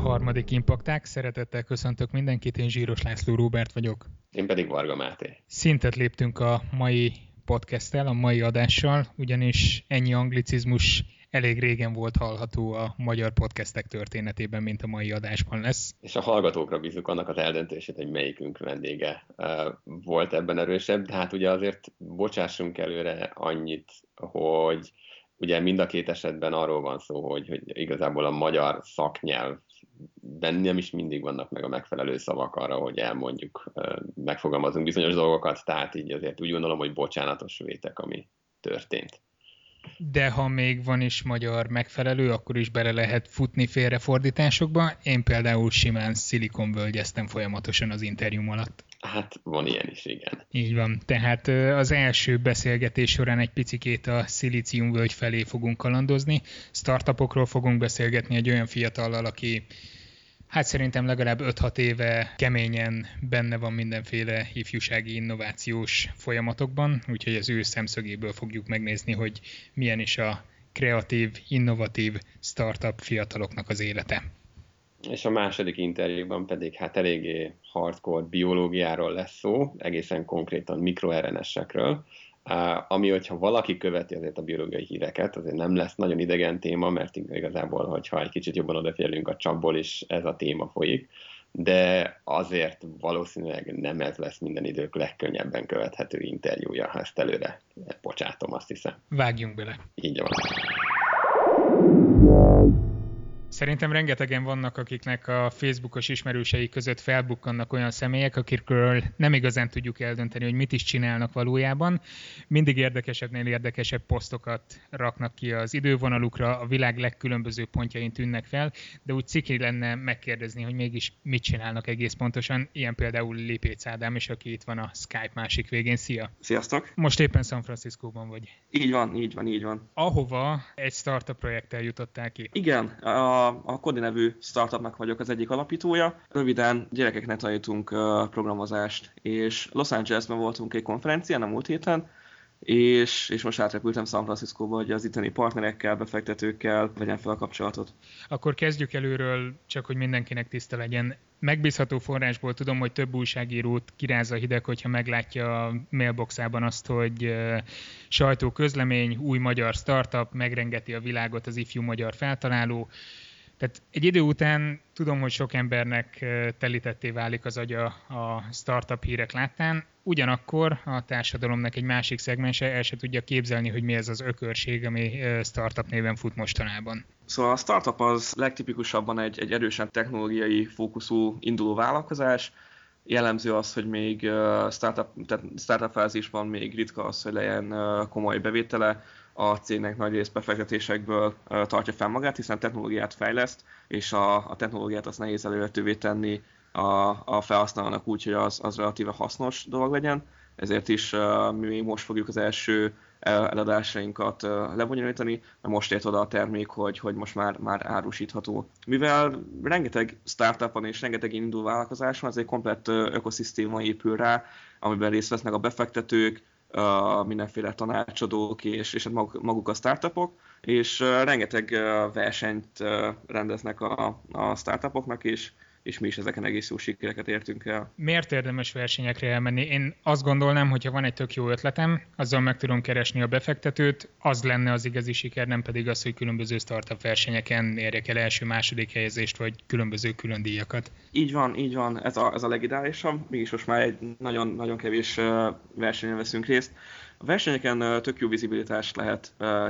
harmadik Impakták. Szeretettel köszöntök mindenkit, én Zsíros László Róbert vagyok. Én pedig Varga Máté. Szintet léptünk a mai podcasttel, a mai adással, ugyanis ennyi anglicizmus elég régen volt hallható a magyar podcastek történetében, mint a mai adásban lesz. És a hallgatókra bízunk annak az eldöntését, hogy melyikünk vendége volt ebben erősebb, de hát ugye azért bocsássunk előre annyit, hogy ugye mind a két esetben arról van szó, hogy igazából a magyar szaknyelvben nem is mindig vannak meg a megfelelő szavak arra, hogy elmondjuk, megfogalmazunk bizonyos dolgokat, tehát így azért úgy gondolom, hogy bocsánatos vétek, ami történt. De ha még van is magyar megfelelő, akkor is bele lehet futni félrefordításokba. Én például simán szilikonvölgyeztem folyamatosan az interjúm alatt. Hát van ilyen is, igen. Így van. Tehát az első beszélgetés során egy picikét a szilíciumvölgy felé fogunk kalandozni. Startupokról fogunk beszélgetni egy olyan fiatallal, aki hát szerintem legalább 5-6 éve keményen benne van mindenféle ifjúsági innovációs folyamatokban, úgyhogy az ő szemszögéből fogjuk megnézni, hogy milyen is a kreatív, innovatív startup fiataloknak az élete. És a második interjúban pedig hát eléggé hardcore biológiáról lesz szó, egészen konkrétan mikroRNS-ekről, ami, hogyha valaki követi azért a biológiai híreket, azért nem lesz nagyon idegen téma, mert igazából, hogyha egy kicsit jobban odafigyelünk a csapból is, ez a téma folyik, de azért valószínűleg nem ez lesz minden idők legkönnyebben követhető interjúja, ha ezt előre bocsátom, azt hiszem. Vágjunk bele. Így van. Szerintem rengetegen vannak, akiknek a Facebookos ismerősei között felbukkannak olyan személyek, akikről nem igazán tudjuk eldönteni, hogy mit is csinálnak valójában. Mindig érdekesebbnél érdekesebb posztokat raknak ki az idővonalukra, a világ legkülönbözőbb pontjain tűnnek fel, de úgy ciki lenne megkérdezni, hogy mégis mit csinálnak egész pontosan. Ilyen például Lipéc Ádám is, aki itt van a Skype másik végén. Szia! Sziasztok! Most éppen San Franciscóban vagy. Így van. Ahova egy startup projekttel jutottál ki? Igen, a Kodi nevű startupnak vagyok az egyik alapítója. Röviden gyerekeknek tanítunk programozást, és Los Angelesben voltunk egy konferencián a múlt héten, és most átrepültem San Franciscóba, hogy az itteni partnerekkel, befektetőkkel vegyem fel a kapcsolatot. Akkor kezdjük előről, csak hogy mindenkinek tiszta legyen. Megbízható forrásból tudom, hogy több újságírót kiráz a hideg, hogyha meglátja a mailboxában azt, hogy sajtóközlemény, új magyar startup, megrengeti a világot az ifjú magyar feltaláló. Tehát egy idő után tudom, hogy sok embernek telítetté válik az agya a startup hírek láttán, ugyanakkor a társadalomnak egy másik szegmense el se tudja képzelni, hogy mi ez az ökörség, ami startup néven fut mostanában. Szóval a startup az legtipikusabban egy erősen technológiai fókuszú induló vállalkozás. Jellemző az, hogy még startup fázisban még ritka az, hogy legyen komoly bevétele. A cégnek nagy rész befektetésekből tartja fel magát, hiszen technológiát fejleszt, és a technológiát azt nehéz elérhetővé tenni a felhasználónak úgy, hogy az relatíve hasznos dolog legyen. Ezért is mi még most fogjuk az első eladásainkat lebonyolítani, mert most ért oda a termék, hogy most már árusítható. Mivel rengeteg startupon és rengeteg induló vállalkozás van, ez egy komplett ökoszisztéma épül rá, amiben részt vesznek a befektetők, mindenféle tanácsadók és maguk a startupok, és rengeteg versenyt rendeznek a startupoknak, és mi is ezeken egész jó sikereket értünk el. Miért érdemes versenyekre elmenni? Én azt gondolnám, hogyha van egy tök jó ötletem, azzal meg tudom keresni a befektetőt, az lenne az igazi siker, nem pedig az, hogy különböző startup versenyeken érjek el első-második helyezést, vagy különböző külön díjakat. Így van, ez a legideálisabb, mégis most már egy nagyon, nagyon kevés versenyen veszünk részt. A versenyeken tök jó vizibilitást lehet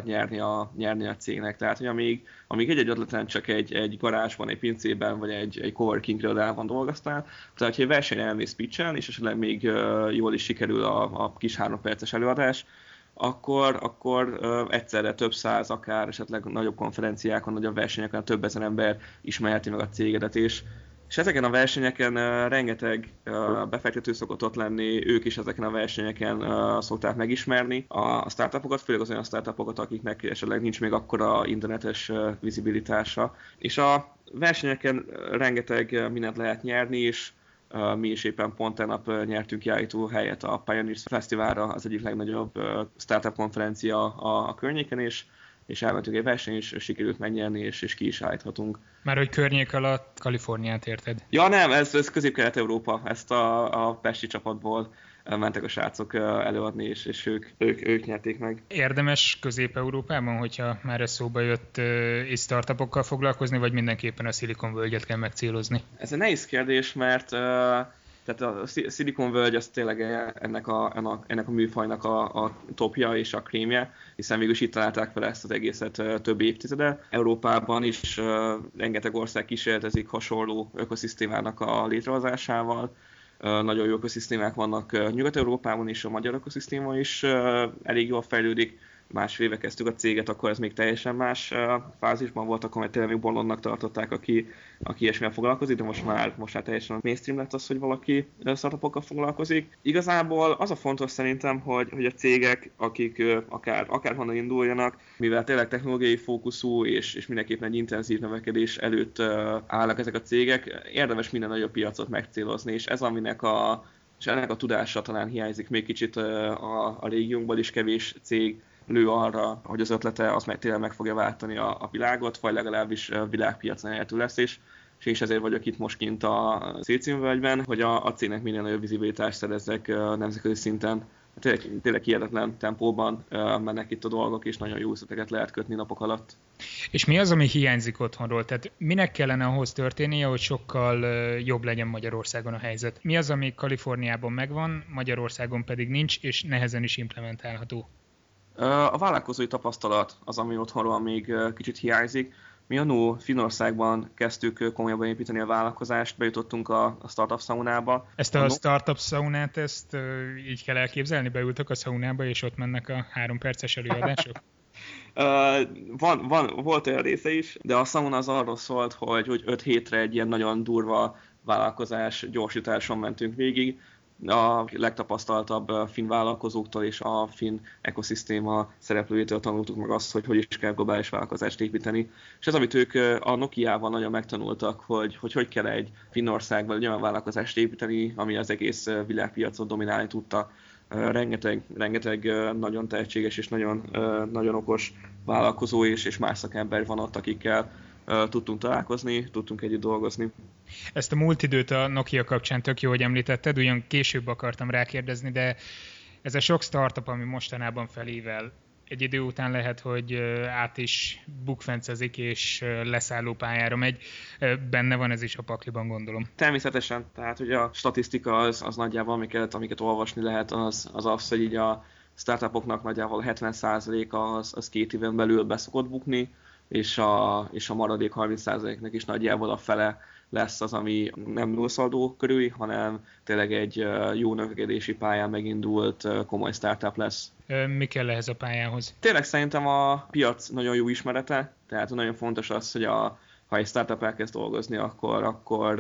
nyerni a cégnek, tehát hogy amíg egy ötleten csak egy garázsban, egy pincében, vagy egy coworking irodában dolgoztál, tehát ha egy versenyen elmész pitchen, és esetleg még jól is sikerül a kis 3 perces előadás, akkor egyszerre több száz, akár esetleg nagyobb konferenciákon, nagyobb versenyeken több ezer ember ismerheti meg a cégedet, és ezeken a versenyeken rengeteg befektető szokott ott lenni, ők is ezeken a versenyeken szokták megismerni a startupokat, főleg az olyan startupokat, akiknek esetleg nincs még akkora internetes vizibilitása. És a versenyeken rengeteg mindent lehet nyerni, és mi is éppen pont tegnap nyertünk kiállító helyet a Pioneers Fesztiválra, az egyik legnagyobb startup konferencia a környéken, és és elmentünk egy verseny, és sikerült megnyerni, és ki is állíthatunk. Már hogy környék alatt Kaliforniát érted? Ja nem, ez Közép-Kelet-Európa, ezt a pesti csapatból mentek a srácok előadni, és ők nyerték meg. Érdemes Közép-Európában, hogyha már ez szóba jött, és startupokkal foglalkozni, vagy mindenképpen a Szilikonvölgyet kell megcélozni? Ez egy nehéz kérdés, mert tehát a Szilikonvölgy az tényleg ennek a műfajnak a topja és a krémje, hiszen végül is itt találták fel ezt az egészet több évtizede. Európában is rengeteg ország kísérletezik hasonló ökoszisztémának a létrehozásával. Nagyon jó ökoszisztémák vannak Nyugat-Európában is, a magyar ökoszisztéma is elég jól fejlődik. Másfél éve kezdtük a céget, akkor ez még teljesen más fázisban volt, akkor tényleg még bolondnak tartották, aki ilyesmivel foglalkozik, de most már teljesen mainstream lett az, hogy valaki startupokkal foglalkozik. Igazából az a fontos szerintem, hogy a cégek, akik akárhonnan induljanak, mivel tényleg technológiai fókuszú és mindenképpen egy intenzív növekedés előtt állnak ezek a cégek, érdemes minden nagyobb piacot megcélozni, és ez ennek a tudása talán hiányzik még kicsit a régiónkban is, kevés cég lő arra, hogy az ötlete az tényleg meg fogja váltani a világot, vagy legalábbis világpiacon elérhető lesz is. És én is ezért vagyok itt most kint a Szilíciumvölgyben, hogy a cégnek minél nagyobb vizibilitást szerezzek nemzetközi szinten. Tényleg hihetetlen tempóban mennek itt a dolgok, és nagyon jó üzleteket lehet kötni napok alatt. És mi az, ami hiányzik otthonról? Tehát minek kellene ahhoz történnie, hogy sokkal jobb legyen Magyarországon a helyzet? Mi az, ami Kaliforniában megvan, Magyarországon pedig nincs, és nehezen is implementálható? A vállalkozói tapasztalat az, ami otthonról még kicsit hiányzik. Mi annó Finnországban kezdtük komolyabban építeni a vállalkozást, bejutottunk a startup szaunába. Ezt a startup szaunát, így kell elképzelni? Beültök a szaunába, és ott mennek a 3 perces előadások? Volt olyan része is, de a szauna az arról szólt, hogy 5 hétre egy ilyen nagyon durva vállalkozás gyorsításon mentünk végig. A legtapasztaltabb finn vállalkozóktól és a finn ekoszisztéma szereplőjétől tanultuk meg azt, hogy is kell globális vállalkozást építeni. És ez, amit ők a Nokiával nagyon megtanultak, hogy kell egy Finnországban egy olyan vállalkozást építeni, ami az egész világpiacot dominálni tudta. Rengeteg nagyon tehetséges és nagyon okos vállalkozó és más szakember van ott, akikkel tudtunk találkozni, tudtunk együtt dolgozni. Ezt a múlt időt a Nokia kapcsán tök jó, hogy említetted, ugyan később akartam rákérdezni, de ez a sok startup, ami mostanában felével, egy idő után lehet, hogy át is bukfencezik és leszállópályára megy. Benne van ez is a pakliban, gondolom. Természetesen, tehát hogy a statisztika az nagyjából, amiket olvasni lehet, az, hogy így a startupoknak nagyjából 70% az 2 éven belül beszokott bukni, és a maradék 30%-nak is nagyjából a fele lesz az, ami nem nullszaldó körüli, hanem tényleg egy jó növekedési pályán megindult komoly startup lesz. Mi kell ehhez a pályához? Tényleg szerintem a piac nagyon jó ismerete, tehát nagyon fontos az, hogy ha egy startup elkezd dolgozni, akkor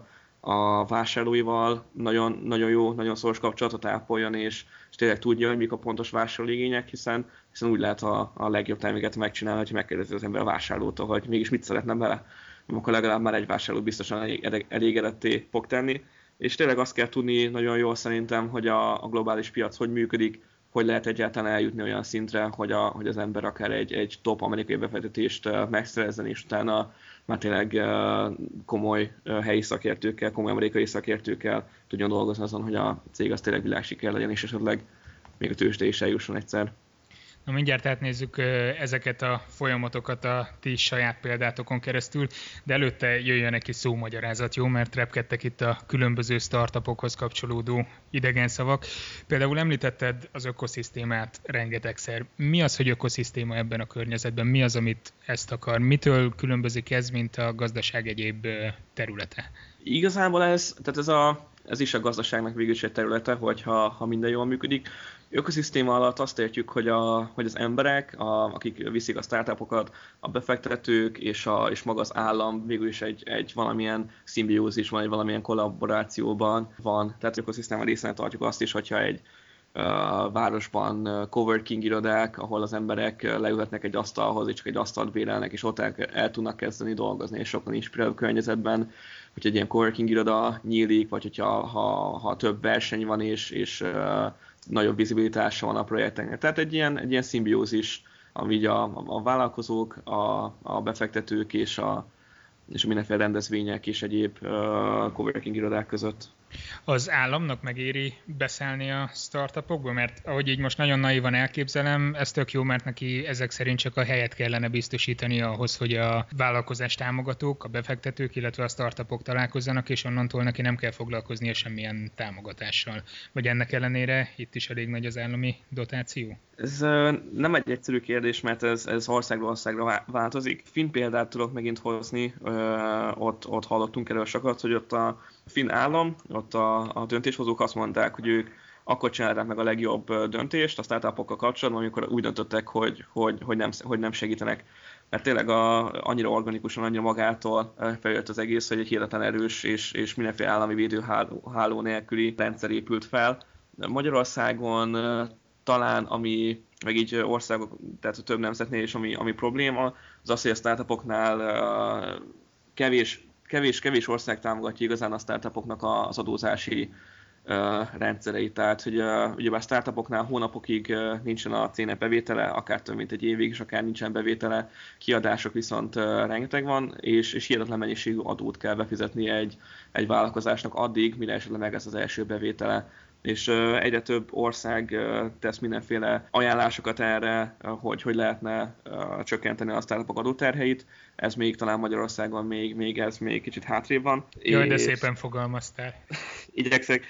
a vásárlóival nagyon jó, nagyon szoros kapcsolatot ápoljon, és tényleg tudja, hogy mik a pontos vásárlóigények, hiszen úgy lehet a legjobb terméket megcsinálni, hogy megkérdezi az ember a vásárlótól, hogy mégis mit szeretne vele, akkor legalább már egy vásárló biztosan elégedetté fog tenni. És tényleg azt kell tudni nagyon jól szerintem, hogy a globális piac hogy működik, hogy lehet egyáltalán eljutni olyan szintre, hogy az ember akár egy top amerikai befektetést megszerezzen, és utána már tényleg komoly helyi szakértőkkel, komoly amerikai szakértőkkel tudjon dolgozni azon, hogy a cég az tényleg világsiker legyen, és esetleg még a tőzsde is eljusson egyszer. Na mindjárt átnézzük ezeket a folyamatokat a ti saját példátokon keresztül, de előtte jöjjön egy kis szómagyarázat, jó? Mert repkedtek itt a különböző startupokhoz kapcsolódó idegen szavak. Például említetted az ökoszisztémát rengetegszer. Mi az, hogy ökoszisztéma ebben a környezetben? Mi az, amit ezt akar? Mitől különbözik ez, mint a gazdaság egyéb területe? Igazából ez is a gazdaságnak végül is egy területe, hogyha minden jól működik. Ökoszisztéma alatt azt értjük, hogy az emberek, akik viszik a startupokat, a befektetők és maga az állam végül is egy valamilyen szimbiózisban, egy valamilyen kollaborációban van. Tehát ökoszisztéma részén tartjuk azt is, hogyha egy városban coworking irodák, ahol az emberek leülhetnek egy asztalhoz, és csak egy asztalt bérelnek, és ott el tudnak kezdeni dolgozni, és sokkal inspiráló környezetben, hogy egy ilyen coworking iroda nyílik, vagy ha több verseny van, és nagyobb vizibilitása van a projekteknek. Tehát egy ilyen szimbiózis ami így a vállalkozók, a befektetők és a mindenféle rendezvények és egyéb coworking irodák között. Az államnak megéri beszállni a startupokba? Mert ahogy így most nagyon naivan elképzelem, ez tök jó, mert neki ezek szerint csak a helyet kellene biztosítani ahhoz, hogy a vállalkozás támogatók, a befektetők, illetve a startupok találkozzanak, és onnantól neki nem kell foglalkoznia semmilyen támogatással. Vagy ennek ellenére itt is elég nagy az állami dotáció? Ez nem egy egyszerű kérdés, mert ez országról országra változik. Finn példát tudok megint hozni, ott hallottunk erről sokat, hogy ott a finn állam, ott a döntéshozók azt mondták, hogy ők akkor csinálták meg a legjobb döntést a startupokkal kapcsolatban, amikor úgy döntöttek, hogy nem segítenek. Mert tényleg annyira organikusan, annyira magától feljött az egész, hogy egy hihetetlen erős és mindenféle állami védőháló nélküli rendszer épült fel. Magyarországon talán, ami meg így országok, tehát több nemzetnél is, ami probléma, az az, hogy a startupoknál kevés ország támogatja igazán a startupoknak az adózási rendszereit. Tehát, hogy ugyebár a startupoknál hónapokig nincsen a cégnek bevétele, akár több mint egy évig, és akár nincsen bevétele, kiadások viszont rengeteg van, és hihetetlen mennyiségű adót kell befizetni egy vállalkozásnak addig, mire esetleg meg lesz az első bevétele. És egyre több ország tesz mindenféle ajánlásokat erre, hogy lehetne csökkenteni a startupok adóterheit. Ez még talán Magyarországon még kicsit hátrébb van. Jaj, de szépen fogalmaztál. Igyekszek.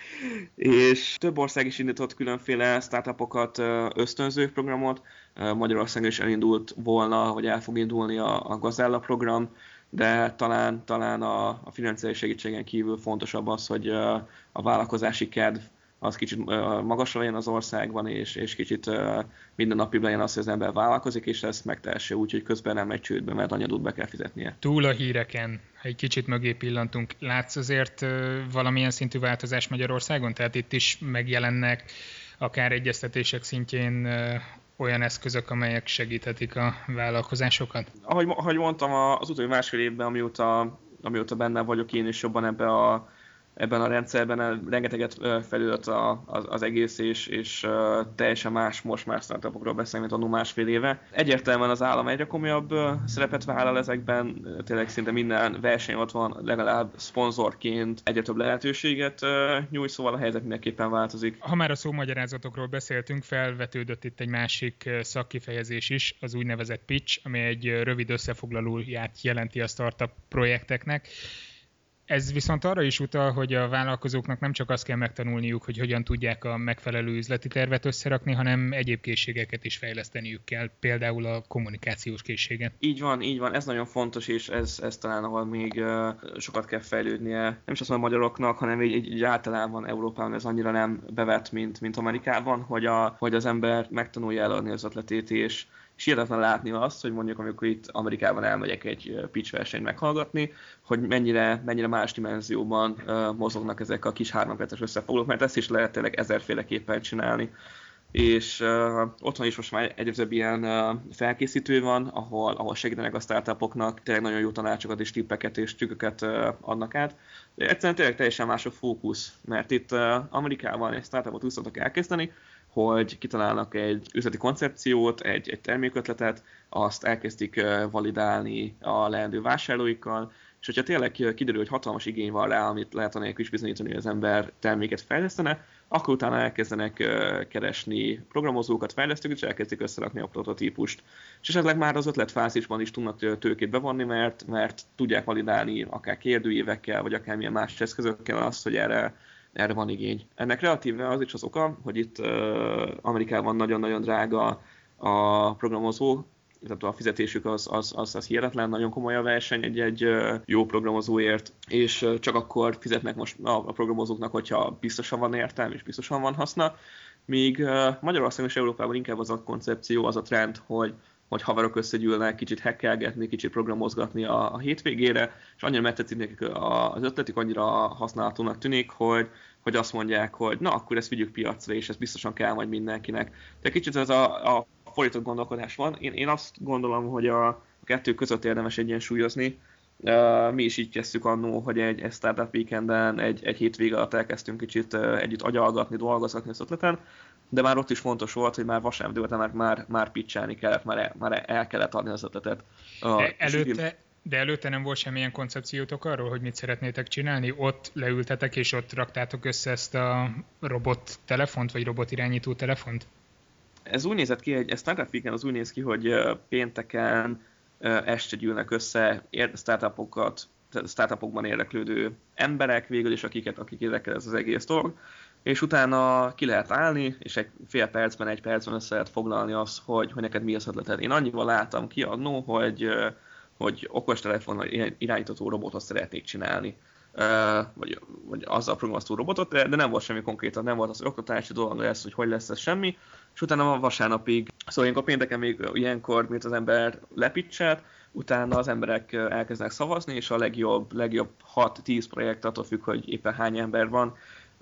És több ország is indított különféle startupokat, ösztönző programot. Magyarországon is elindult volna, vagy el fog indulni a Gazella program, de talán a financiális segítségen kívül fontosabb az, hogy a vállalkozási kedv az kicsit magasra legyen az országban, és kicsit mindennapibb legyen az, hogy az ember vállalkozik, és ezt megtehesse úgy, hogy közben nem megy csődbe, mert anyadót be kell fizetnie. Túl a híreken, ha egy kicsit mögé pillantunk, látsz azért valamilyen szintű változás Magyarországon? Tehát itt is megjelennek akár egyeztetések szintjén olyan eszközök, amelyek segíthetik a vállalkozásokat? Ahogy mondtam, az utóbbi másfél évben, amióta benne vagyok én is jobban ebben a rendszerben rengeteget fejlődött az egész, és teljesen most már startupokról beszélünk, mint annó másfél éve. Egyértelműen az állam egyre komolyabb szerepet vállal ezekben, tényleg szinte minden verseny ott van, legalább szponzorként egyre több lehetőséget nyújt, szóval a helyzet mindenképpen változik. Ha már a szómagyarázatokról beszéltünk, felvetődött itt egy másik szakkifejezés is, az úgynevezett pitch, ami egy rövid összefoglalóját jelenti a startup projekteknek. Ez viszont arra is utal, hogy a vállalkozóknak nem csak azt kell megtanulniuk, hogy hogyan tudják a megfelelő üzleti tervet összerakni, hanem egyéb készségeket is fejleszteniük kell, például a kommunikációs készséget. Így van, ez nagyon fontos, és ez talán ahol még sokat kell fejlődnie. Nem is azt mondom a magyaroknak, hanem így általában Európában ez annyira nem bevett, mint Amerikában, hogy az ember megtanulja eladni az ötletét, és hihetetlen látni azt, hogy mondjuk amikor itt Amerikában elmegyek egy pitch versenyt meghallgatni, hogy mennyire más dimenzióban mozognak ezek a kis 3 perces összefoglalók, mert ezt is lehet tényleg ezerféleképpen csinálni. És otthon is most már egyre több ilyen felkészítő van, ahol segítenek a startupoknak, tényleg nagyon jó tanácsokat és tippeket és trükköket adnak át. De egyszerűen tényleg teljesen más a fókusz, mert itt Amerikában egy startupot úgy szoktak elkezdeni, hogy kitalálnak egy üzleti koncepciót, egy termékötletet, azt elkezdik validálni a leendő vásárlóikkal, és hogyha tényleg kiderül, hogy hatalmas igény van rá, amit lehet anélkül is bizonyítani, hogy az ember terméket fejlesztene, akkor utána elkezdenek keresni programozókat, fejlesztőket, és elkezdik összerakni a prototípust. És esetleg már az ötletfázisban is tudnak tőkét bevonni, mert tudják validálni akár kérdőívekkel, vagy akármilyen más eszközökkel azt, hogy erre van igény. Ennek relatíve az is az oka, hogy itt Amerikában nagyon-nagyon drága a programozó, tehát a fizetésük az hihetetlen, nagyon komoly a verseny egy jó programozóért, és csak akkor fizetnek most a programozóknak, hogyha biztosan van értelme és biztosan van haszna. Míg Magyarországon és Európában inkább az a koncepció, az a trend, hogy haverok összegyűlnek, kicsit hackelgetni, kicsit programozgatni a hétvégére, és annyira megtetszik nekik az ötletük, annyira használhatónak tűnik, hogy azt mondják, hogy na, akkor ezt vigyük piacra, és ez biztosan kell majd mindenkinek. De kicsit ez a fordított gondolkodás van. Én azt gondolom, hogy a kettő között érdemes egyensúlyozni. Mi is így kezdtük annó, hogy egy Startup Weekenden, egy hétvége alatt elkezdtünk kicsit együtt agyalgatni, dolgozgatni az ötleten. de már ott is fontos volt, hogy már vasárnap délután már pitchelni kellett, már el kellett adni az ötletet. De előtte nem volt semmilyen koncepciótok arról, hogy mit szeretnétek csinálni? Ott leültetek, és ott raktátok össze ezt a robot telefont, vagy robot irányító telefont? Ez úgy nézett ki, egy Startup Weekend az úgy néz ki, hogy pénteken este gyűlnek össze startupokban érdeklődő emberek, végül is akik érdekel ez az egész dolog, és utána ki lehet állni, és egy percben össze lehet foglalni azt, hogy neked mi az ötleted. Én annyival láttam ki annó, hogy okostelefonnal irányítható robotot szeretnék csinálni, vagy azzal programozható robotot, de nem volt semmi konkrétan, nem volt az oktatási dolog lesz, hogy lesz ez semmi, és utána a vasárnapig, szóval ilyenkor pénteken még ilyenkor, mint az ember lepitchelt, utána az emberek elkezdenek szavazni, és a legjobb 6-10 projekt, attól függ, hogy éppen hány ember van,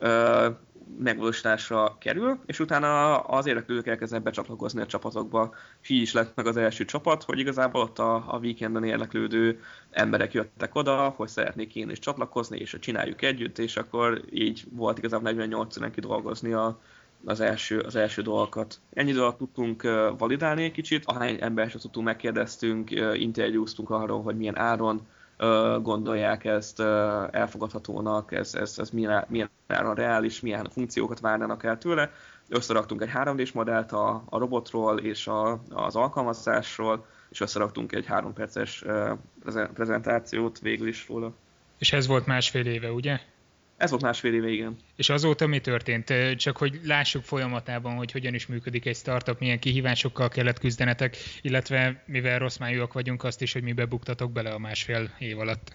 megvalósításra kerül, és utána az érdeklődők elkezdenek becsatlakozni a csapatokba. És így is lett meg az első csapat, hogy igazából ott a weekenden érdeklődő emberek jöttek oda, hogy szeretnék én is csatlakozni, és csináljuk együtt, és akkor így volt igazából 48-en kidolgozni az első dolgokat. Ennyi dolgot tudtunk validálni egy kicsit, ahány embert tudtunk, megkérdeztünk, interjúztunk arról, hogy milyen áron gondolják ezt elfogadhatónak, ez milyen áron reális, milyen funkciókat várnának el tőle. Összeraktunk egy 3D-s modellt a robotról és az alkalmazásról, és összeraktunk egy 3 perces prezentációt végül is róla. És ez volt 1,5 éve, ugye? Ez volt 1,5 éve, igen. És azóta mi történt? Csak hogy lássuk folyamatában, hogy hogyan is működik egy startup, milyen kihívásokkal kellett küzdenetek, illetve mivel rossz májúak vagyunk, azt is, hogy mibe buktatok bele a 1,5 év alatt.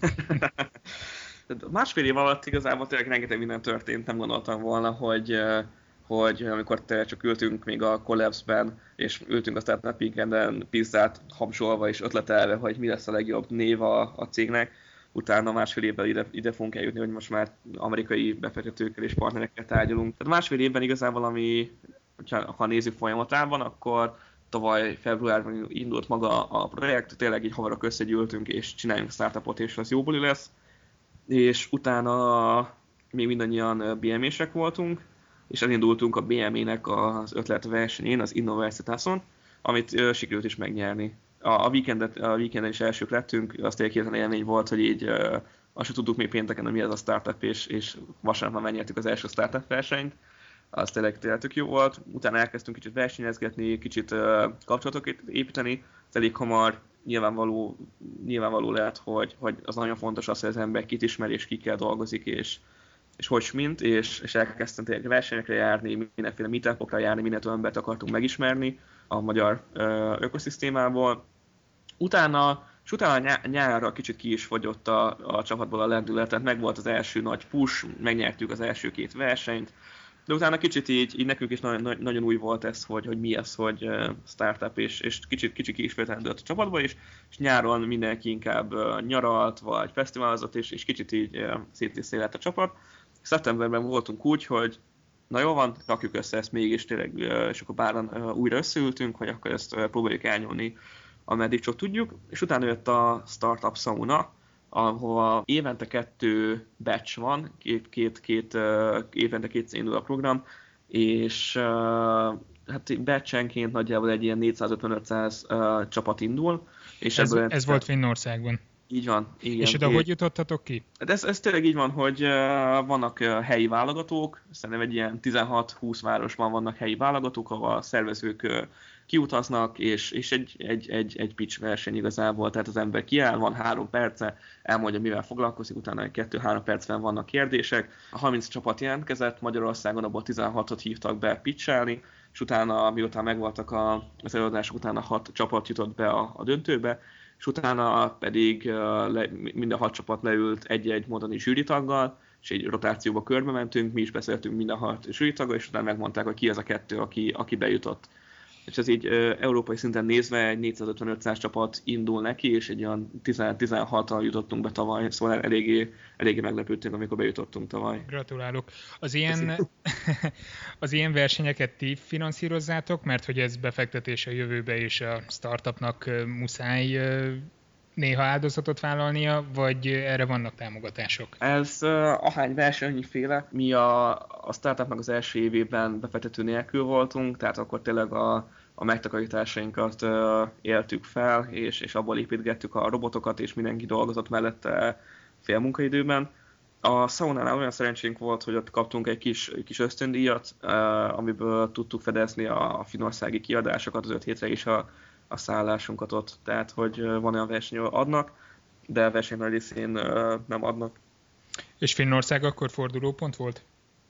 1,5 év alatt igazából tényleg rengeteg minden történt, nem gondoltam volna, hogy amikor csak ültünk még a Collabs-ben, és ültünk a Startup Weekenden pizzát habzsolva és ötletelve, hogy mi lesz a legjobb név a cégnek, utána 1,5 évvel ide fogunk eljutni, hogy most már amerikai befektetőkkel és partnerekkel tárgyalunk. Tehát 1,5 évben igazából, ha nézzük folyamatában, akkor tavaly februárban indult maga a projekt, tényleg így haverok összegyűltünk és csináljunk startupot, és az jóbuli lesz. És utána még mindannyian BME-sek voltunk, és elindultunk a BME-nek az ötletversenyén, az Innoversitason, amit sikerült is megnyerni. A weekenden is elsők lettünk, az tényleg hirtelen élmény volt, hogy így azt sem tudtuk még pénteken, hogy mi ez a startup, és vasárnap már megnyertük az első startup versenyt. Az tényleg tök jó volt. Utána elkezdtünk kicsit versenyezgetni, kicsit kapcsolatokat építeni. Ez elég hamar nyilvánvaló lehet, hogy az nagyon fontos az, hogy az ember kit ismer és kikkel dolgozik, és hogy mint, és elkezdtem tényleg versenyekre járni, mindenféle meetupokra járni, minél több embert akartunk megismerni a magyar ökoszisztémából. Utána nyárra kicsit ki is fogyott a csapatból a lendület, tehát megvolt az első nagy push, megnyertük az első 2 versenyt, de utána kicsit így nekünk is nagyon új volt ez, hogy mi ez, hogy startup, és kicsit ki is feltendőlt a csapatba, és nyáron mindenki inkább nyaralt, vagy fesztiválozott, és kicsit így szétszélelt a csapat. Szeptemberben voltunk úgy, hogy na jó van, rakjuk össze ezt mégis tényleg, és akkor páran újra összeültünk, hogy akkor ezt próbáljuk elnyomni, ameddig csak tudjuk, és utána jött a Startup Sauna, ahol évente 2 batch van, évente 2 indul a program, és hát batchenként nagyjából egy ilyen 450-500 csapat indul. És ez volt Finnországban. Így van, igen. És oda hogy jutottatok ki? Ez tényleg így van, hogy vannak helyi válogatók, szerintem egy ilyen 16-20 városban vannak helyi válogatók, ahol a szervezők kiutaznak, és egy pitch verseny igazából, tehát az ember kiáll, van 3 perce, elmondja, mivel foglalkozik, utána 2-3 percben vannak kérdések. A 30 csapat jelentkezett, Magyarországon abból 16-ot hívtak be pitchelni, és utána, miután megvoltak az előadások, utána 6 csapat jutott be a döntőbe, és utána pedig minden 6 csapat leült egy-egy módoni zsűritaggal, és egy rotációba körbe mentünk, mi is beszéltünk minden 6 zsűritaggal, és utána megmondták, hogy ki az a 2, aki bejutott. És ez így európai szinten nézve egy 450-500 csapat indul neki, és egy olyan 16-al jutottunk be tavaly, szóval eléggé meglepődtünk, amikor bejutottunk tavaly. Gratulálok. Az ilyen versenyeket ti finanszírozzátok, mert hogy ez befektetés a jövőbe, és a startupnak muszáj néha áldozatot vállalnia, vagy erre vannak támogatások? Ez ahány versenyféle. Mi a startupnak az első évében befektető nélkül voltunk, tehát akkor tényleg a megtakarításainkat éltük fel, és abból építgettük a robotokat, és mindenki dolgozott mellette fél munkaidőben. A Saunánál olyan szerencsénk volt, hogy ott kaptunk egy kis ösztöndíjat, amiből tudtuk fedezni a finnországi kiadásokat, az 5 hétre is a szállásunkat ott. Tehát, hogy van olyan verseny, ahol adnak, de verseny nagy részén nem adnak. És Finnország akkor fordulópont volt?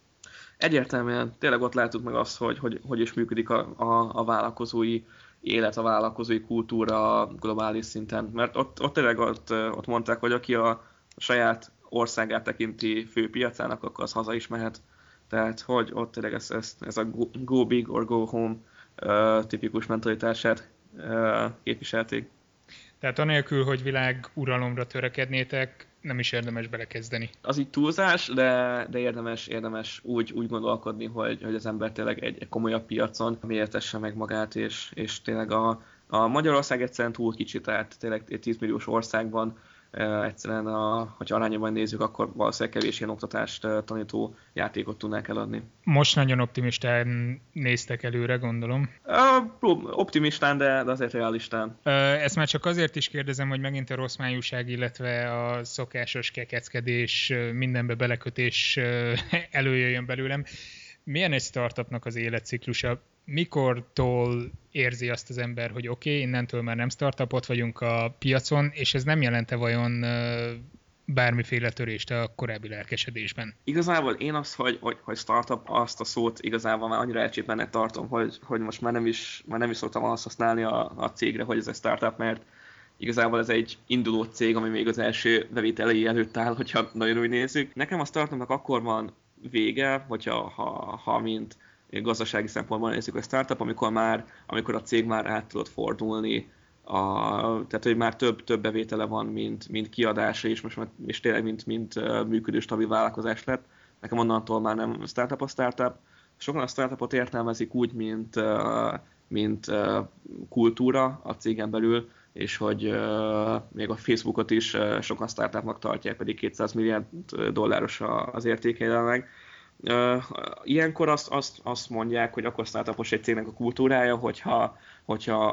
Egyértelműen tényleg ott láttuk meg azt, hogy is működik a vállalkozói élet, a vállalkozói kultúra globális szinten. Mert ott tényleg ott mondták, hogy aki a saját országát tekinti fő piacának, akkor az haza is mehet. Tehát, hogy ott tényleg ez a go big or go home tipikus mentalitását képviselték. Tehát anélkül, hogy világuralomra törekednétek, nem is érdemes belekezdeni. Az így túlzás, de érdemes úgy gondolkodni, hogy az ember tényleg egy komolyabb piacon méretesse meg magát, és tényleg a Magyarország egyszerűen túl kicsi, tehát tényleg egy 10 milliós országban egyszerűen, hogyha arányban nézzük, akkor valószínűleg kevés ilyen oktatást tanító játékot tudnánk eladni. Most nagyon optimistán néztek előre, gondolom. Optimistán, de azért realistán. Ezt már csak azért is kérdezem, hogy megint a rossz májúság, illetve a szokásos kekeckedés, mindenbe belekötés előjöjjön belőlem. Milyen egy startupnak az életciklusa? Mikortól érzi azt az ember, hogy oké, innentől már nem startupot vagyunk a piacon, és ez nem jelente vajon bármiféle törést a korábbi lelkesedésben? Igazából én azt, hogy startup, azt a szót igazából már annyira elcséplennek tartom, hogy most már nem is szoktam azt használni a cégre, hogy ez egy startup, mert igazából ez egy induló cég, ami még az első bevételei előtt áll, hogyha nagyon úgy nézzük. Nekem a startupnak akkor van vége, ha mint gazdasági szempontból nézzük a startup, amikor a cég már át tudott fordulni, tehát hogy már több bevétele van, mint kiadása, és most már és tényleg mint működő stabil vállalkozás lett. Nekem onnantól már nem startup a startup. Sokan a startupot értelmezik úgy, mint kultúra a cégen belül, és hogy még a Facebookot is sokan startupnak tartják, pedig 200 milliárd dolláros az értéke jelenleg. Ilyenkor azt mondják, hogy akkor startupos egy cégnek a kultúrája, hogyha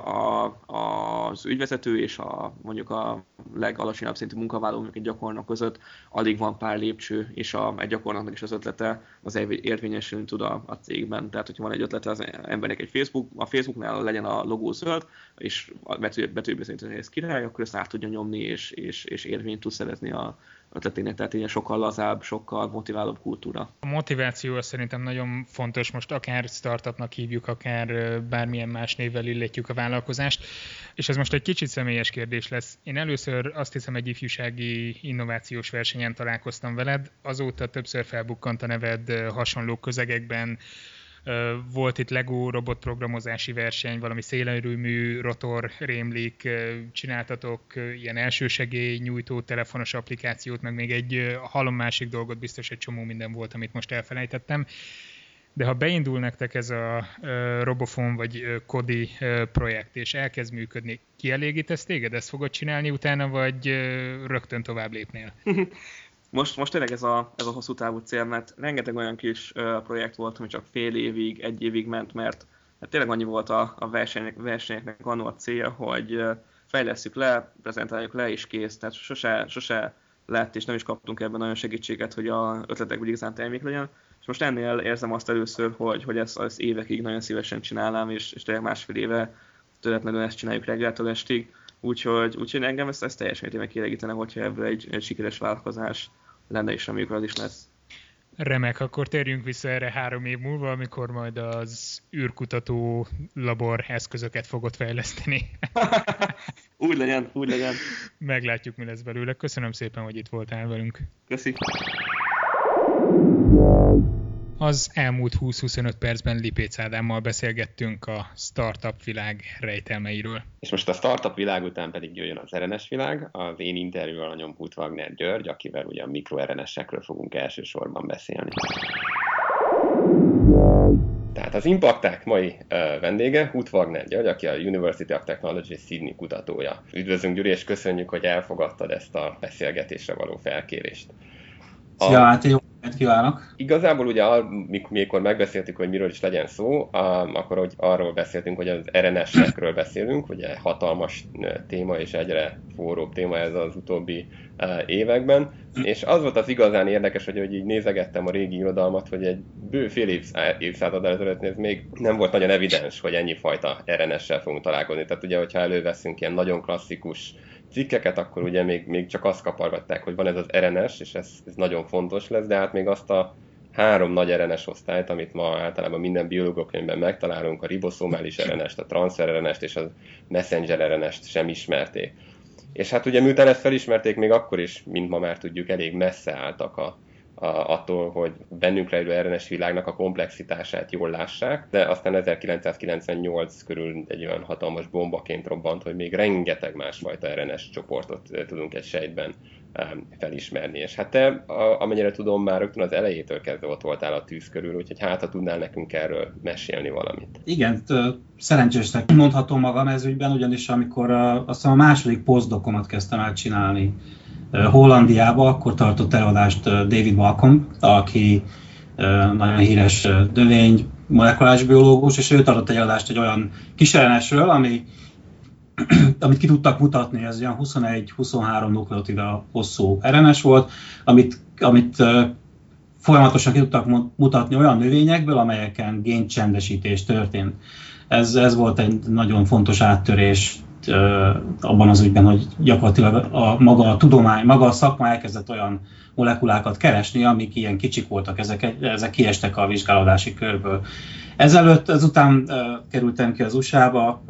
az ügyvezető és mondjuk a legalacsonyabb szintű munkavállaló, mondjuk egy gyakornok között alig van pár lépcső, és egy gyakornoknak is az ötlete az érvényesülni tud a cégben. Tehát, hogyha van egy ötlete az embernek a Facebooknál legyen a logó zöld, és betűbe szerint ez király, akkor ezt át tudja nyomni, és érvényt tud szerezni a ötletének, tehát ilyen sokkal lazább, sokkal motiválóbb kultúra. A motiváció az szerintem nagyon fontos, most akár startupnak hívjuk, akár bármilyen más névvel illetjük a vállalkozást, és ez most egy kicsit személyes kérdés lesz. Én először azt hiszem egy ifjúsági innovációs versenyen találkoztam veled, azóta többször felbukkant a neved hasonló közegekben. Volt itt Lego robotprogramozási verseny, valami szélerőmű, rotor, rémlik, csináltatok ilyen elsősegély nyújtó telefonos applikációt, meg még egy halom másik dolgot, biztos egy csomó minden volt, amit most elfelejtettem. De ha beindul nektek ez a Robofon vagy Kodi projekt, és elkezd működni, kielégítesz téged? Ezt fogod csinálni utána, vagy rögtön tovább lépnél? Most tényleg ez a hosszú távú cél, mert rengeteg olyan kis projekt volt, ami csak fél évig, egy évig ment, mert tényleg annyi volt a versenyeknek annó a célja, hogy fejlesszük le, prezentáljuk le és kész. Tehát sose lett, és nem is kaptunk ebben nagyon segítséget, hogy az ötletek úgy igazán termék legyen. És most ennél érzem azt először, hogy ezt évekig nagyon szívesen csinálnám, és tényleg másfél éve töretlenül ezt csináljuk reggeltől estig. Úgyhogy engem ezt teljes mértékben kielégítene, hogyha ebből egy sikeres vállalkozás lenne, és amikor az is lesz. Remek, akkor térjünk vissza erre 3 év múlva, amikor majd az űrkutató labor eszközöket fogod fejleszteni. Úgy legyen. Meglátjuk, mi lesz belőle. Köszönöm szépen, hogy itt voltál velünk. Köszi. Az elmúlt 20-25 percben Lipéc Ádámmal beszélgettünk a startup világ rejtelmeiről. És most a startup világ után pedig jöjjön az RNS világ. Az én interjú alanyom Huth Wagner György, akivel ugye a mikro RNS-ekről fogunk elsősorban beszélni. Tehát az Impacták mai vendége Hut Wagner György, aki a University of Technology Sydney kutatója. Üdvözlünk, Gyuri, és köszönjük, hogy elfogadtad ezt a beszélgetésre való felkérést. Szia, hát jó napot kívánok! Igazából ugye, mikor megbeszéltük, hogy miről is legyen szó, akkor arról beszéltünk, hogy az RNS-ekről beszélünk, ugye hatalmas téma és egyre forróbb téma ez az utóbbi években, és az volt az igazán érdekes, hogy így nézegettem a régi irodalmat, hogy egy bő fél évszázad ezelőtt ez még nem volt nagyon evidens, hogy ennyi fajta RNS-sel fogunk találkozni. Tehát ugye, hogyha előveszünk ilyen nagyon klasszikus cikkeket, akkor ugye még csak azt kapargatták, hogy van ez az RNS, és ez nagyon fontos lesz, de hát még azt a 3 nagy RNS osztályt, amit ma általában minden biológiakönyvben megtalálunk, a riboszomális RNS-t, a transfer RNS-t és a messenger RNS-t sem ismerték. És hát ugye miután ezt felismerték, még akkor is, mint ma már tudjuk, elég messze álltak attól, hogy bennünk rejlő RNS világnak a komplexitását jól lássák, de aztán 1998 körül egy olyan hatalmas bombaként robbant, hogy még rengeteg másfajta RNS csoportot tudunk egy sejtben felismerni. És hát te, amennyire tudom, már rögtön az elejétől kezdve ott voltál a tűz körül, úgyhogy hát ha tudnál nekünk erről mesélni valamit. Igen, szerencsésnek mondhatom magam ez ügyben, ugyanis amikor a második posztdokomat kezdtem el csinálni Hollandiába, akkor tartott előadást David Malcolm, aki nagyon híres növény molekuláris biológus, és ő tartott egy előadást egy olyan kis RNS-ről, amit ki tudtak mutatni, ez olyan 21-23 nukleotida hosszú RNS volt, amit folyamatosan ki tudtak mutatni olyan növényekből, amelyeken géncsendesítés történt. Ez volt egy nagyon fontos áttörés abban az ügyben, hogy gyakorlatilag maga a tudomány, maga a szakma elkezdett olyan molekulákat keresni, amik ilyen kicsik voltak, ezek kiestek a vizsgálódási körből. Ezután kerültem ki az USA-ba,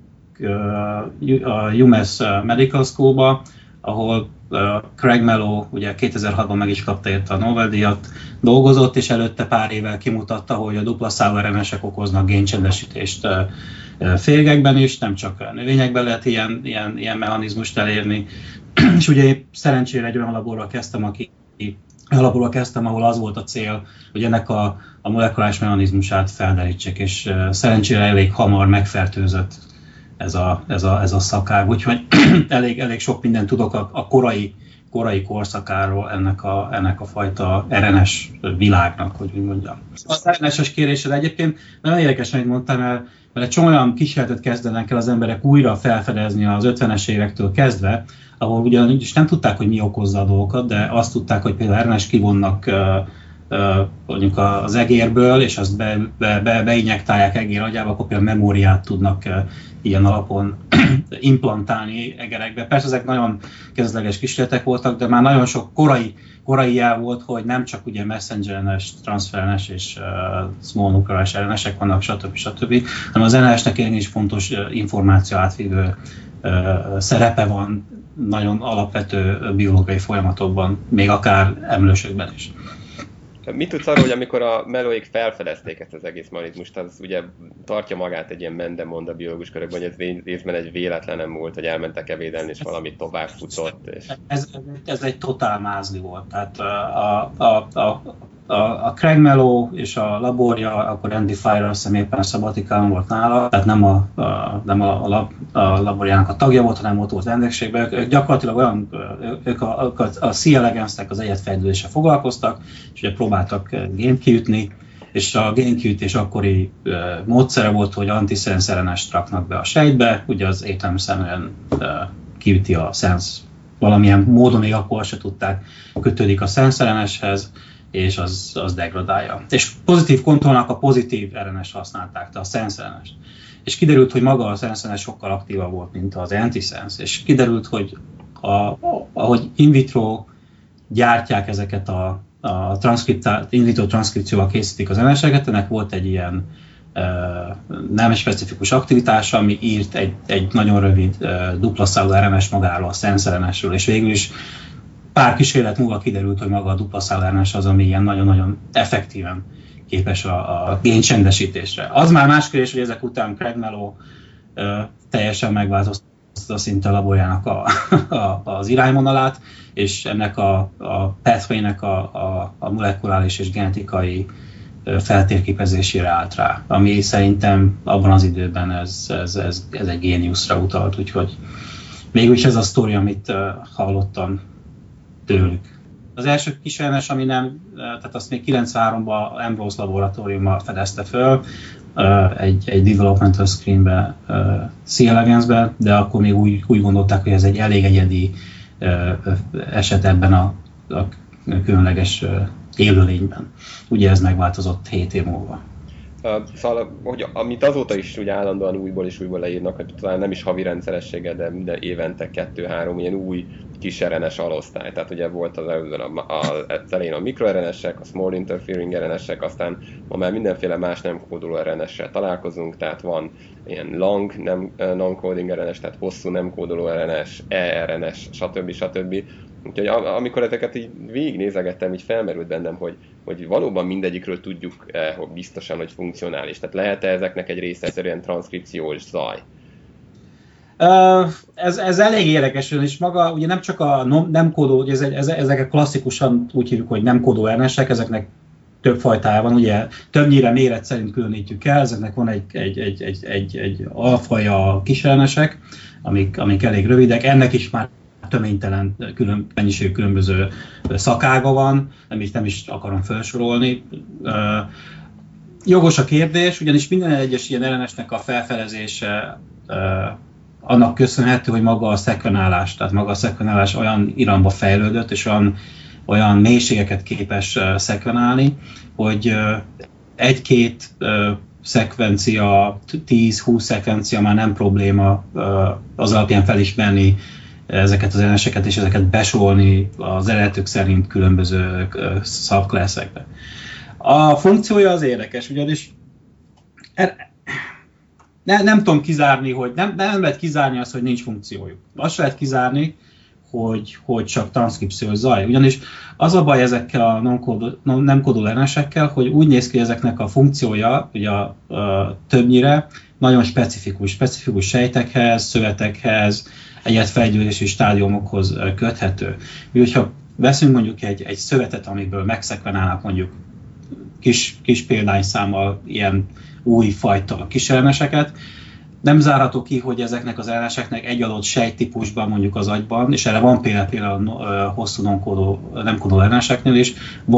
a UMass Medical School-ba, ahol Craig Mello ugye 2006-ban meg is kapta érte a Nobel-díjat, dolgozott, és előtte pár évvel kimutatta, hogy a dupla szálú RNS-ek okoznak géncsendesítést férgekben is, nem csak növényekben lehet ilyen mechanizmust elérni. És ugye én szerencsére egy olyan laborral kezdtem, ahol az volt a cél, hogy ennek a molekuláris mechanizmusát felderítsek, és szerencsére elég hamar megfertőzött ez a szakág. Úgyhogy elég sok mindent tudok a korai korszakáról ennek a fajta RNS világnak, hogy úgy mondjam. Az RNS-es kérésed egyébként nagyon érdekes, amit mondtam, mert egy csomó olyan kísérletet kezdenek el az emberek újra felfedezni az 50-es évektől kezdve, ahol ugyanis nem tudták, hogy mi okozza a dolgokat, de azt tudták, hogy például RNS kivonnak mondjuk az egérből, és azt beinjektálják egér agyába, akkor például memóriát tudnak ilyen alapon implantálni egerekbe. Persze ezek nagyon kezdetleges kísérletek voltak, de már nagyon sok korai jel volt, hogy nem csak ugye messenger RNS, transfer RNS és small nucleáris RNS-ek vannak, stb., hanem az RNS-nek is fontos információ átvívő szerepe van nagyon alapvető biológiai folyamatokban, még akár emlősökben is. Mit tudsz arról, hogy amikor a Mellóék felfedezték ezt az egész mechanizmust, az ugye tartja magát egy ilyen mendemond a biológus körökben, hogy ez részben egy véletlenem volt, hogy elmentek ebédelni, és valamit tovább futott. És... Ez egy totál mázli volt. Tehát a Craig Mello és a laborja, akkor Andy Fire azt hiszem éppen szabatikán volt nála, tehát nem a laborjának a tagja volt, hanem ott volt vendégségben. Ők gyakorlatilag olyan, ők a C. elegans-nek az egyedfejlődéssel foglalkoztak, és ugye próbáltak gént kiütni, és a génkiütés akkori módszere volt, hogy antisense RNS-t raknak be a sejtbe, ugye az értelemszerűen kiüti a sense valamilyen módon, még akkor se tudták, kötődik a sense RNS-hez, és az degradálja. És pozitív kontrollnak a pozitív RNS-t használták, tehát a sense RNS-t. És kiderült, hogy maga a sense RNS sokkal aktívabb volt, mint az antisense, és kiderült, hogy ahogy in vitro gyártják ezeket a in vitro transzkripcióval készítik az RNS-eket, ennek volt egy ilyen nem specifikus aktivitása, ami írt egy nagyon rövid dupla szálú RNS magáról, a sense RNS-ről, és végül is pár kísérlet múlva kiderült, hogy maga a dupla szálú RNS az, ami ilyen nagyon-nagyon effektíven képes a géncsendesítésre. Az már más kérdés, hogy ezek után Craig Mello teljesen megváltoztatta szinte a laborjának az irányvonalát, és ennek a pathway-nek a molekuláris és genetikai feltérképezésére állt rá, ami szerintem abban az időben ez egy géniuszra utalt, úgyhogy mégis ez a sztori, amit hallottam tőlük. Az első kísérletes, ami nem, tehát azt még 93-ban Ambrose laboratóriumban fedezte föl, egy developmental screenbe, C. elegans-be, de akkor még úgy gondolták, hogy ez egy elég egyedi eset ebben a különleges élőlényben. Ugye ez megváltozott 7 év múlva. Szóval, hogy amit azóta is ugye állandóan újból és újból leírnak, hogy talán nem is havi rendszerességgel, de minden évente 2-3 ilyen új kis RNS alosztály. Tehát ugye volt az elején a mikro-RNS-ek, a small interfering RNS-ek, aztán ma már mindenféle más nem kódoló RNS-sel találkozunk, tehát van ilyen long non-coding RNS, tehát hosszú nem kódoló RNS, eRNS, stb. Úgyhogy amikor ezeket így végignézegettem, így felmerült bennem, hogy valóban mindegyikről tudjuk hogy biztosan, hogy funkcionális. Tehát lehet-e ezeknek egy része egyszerűen transzkripciós zaj? Ez elég érdekes, és maga ugye nem csak a nem kódoló, ugye ezeket klasszikusan úgy hívjuk, hogy nem kódoló RNS-ek, ezeknek több fajtája van, ugye többnyire méret szerint különítjük el, ezeknek van egy alfaja kis RNS-ek, amik elég rövidek, ennek is már töménytelen mennyiségű különböző szakága van, nem is akarom felsorolni. Jogos a kérdés, ugyanis minden egyes ilyen RNS-nek a felfedezése annak köszönhető, hogy maga a szekvenálás, tehát maga a szekvenálás olyan irányba fejlődött, és olyan mélységeket képes szekvenálni, hogy egy-két szekvencia, 10-20 szekvencia már nem probléma az alapján felismerni ezeket az RNS-eket, és ezeket besorolni az eredetük szerint különböző subclassekbe. A funkciója az érdekes, ugyanis nem tudom kizárni, hogy nem lehet kizárni azt, hogy nincs funkciójuk. Azt lehet kizárni, hogy csak transzkripciós zaj. Ugyanis az a baj ezekkel a nem kódoló RNS-ekkel, hogy úgy néz ki, hogy ezeknek a funkciója ugye többnyire nagyon specifikus sejtekhez, szövetekhez, egyet fejlődési stádiumokhoz köthető. Úgyhogy ha veszünk mondjuk egy szövetet, amiből megszekvenálnak mondjuk kis példányszámmal ilyen új fajta kis RNS-eket, nem zárható ki, hogy ezeknek az RNS-eknek egy adott sejttípusban mondjuk az agyban, és erre van például hosszú nem kódoló RNS-eknél is,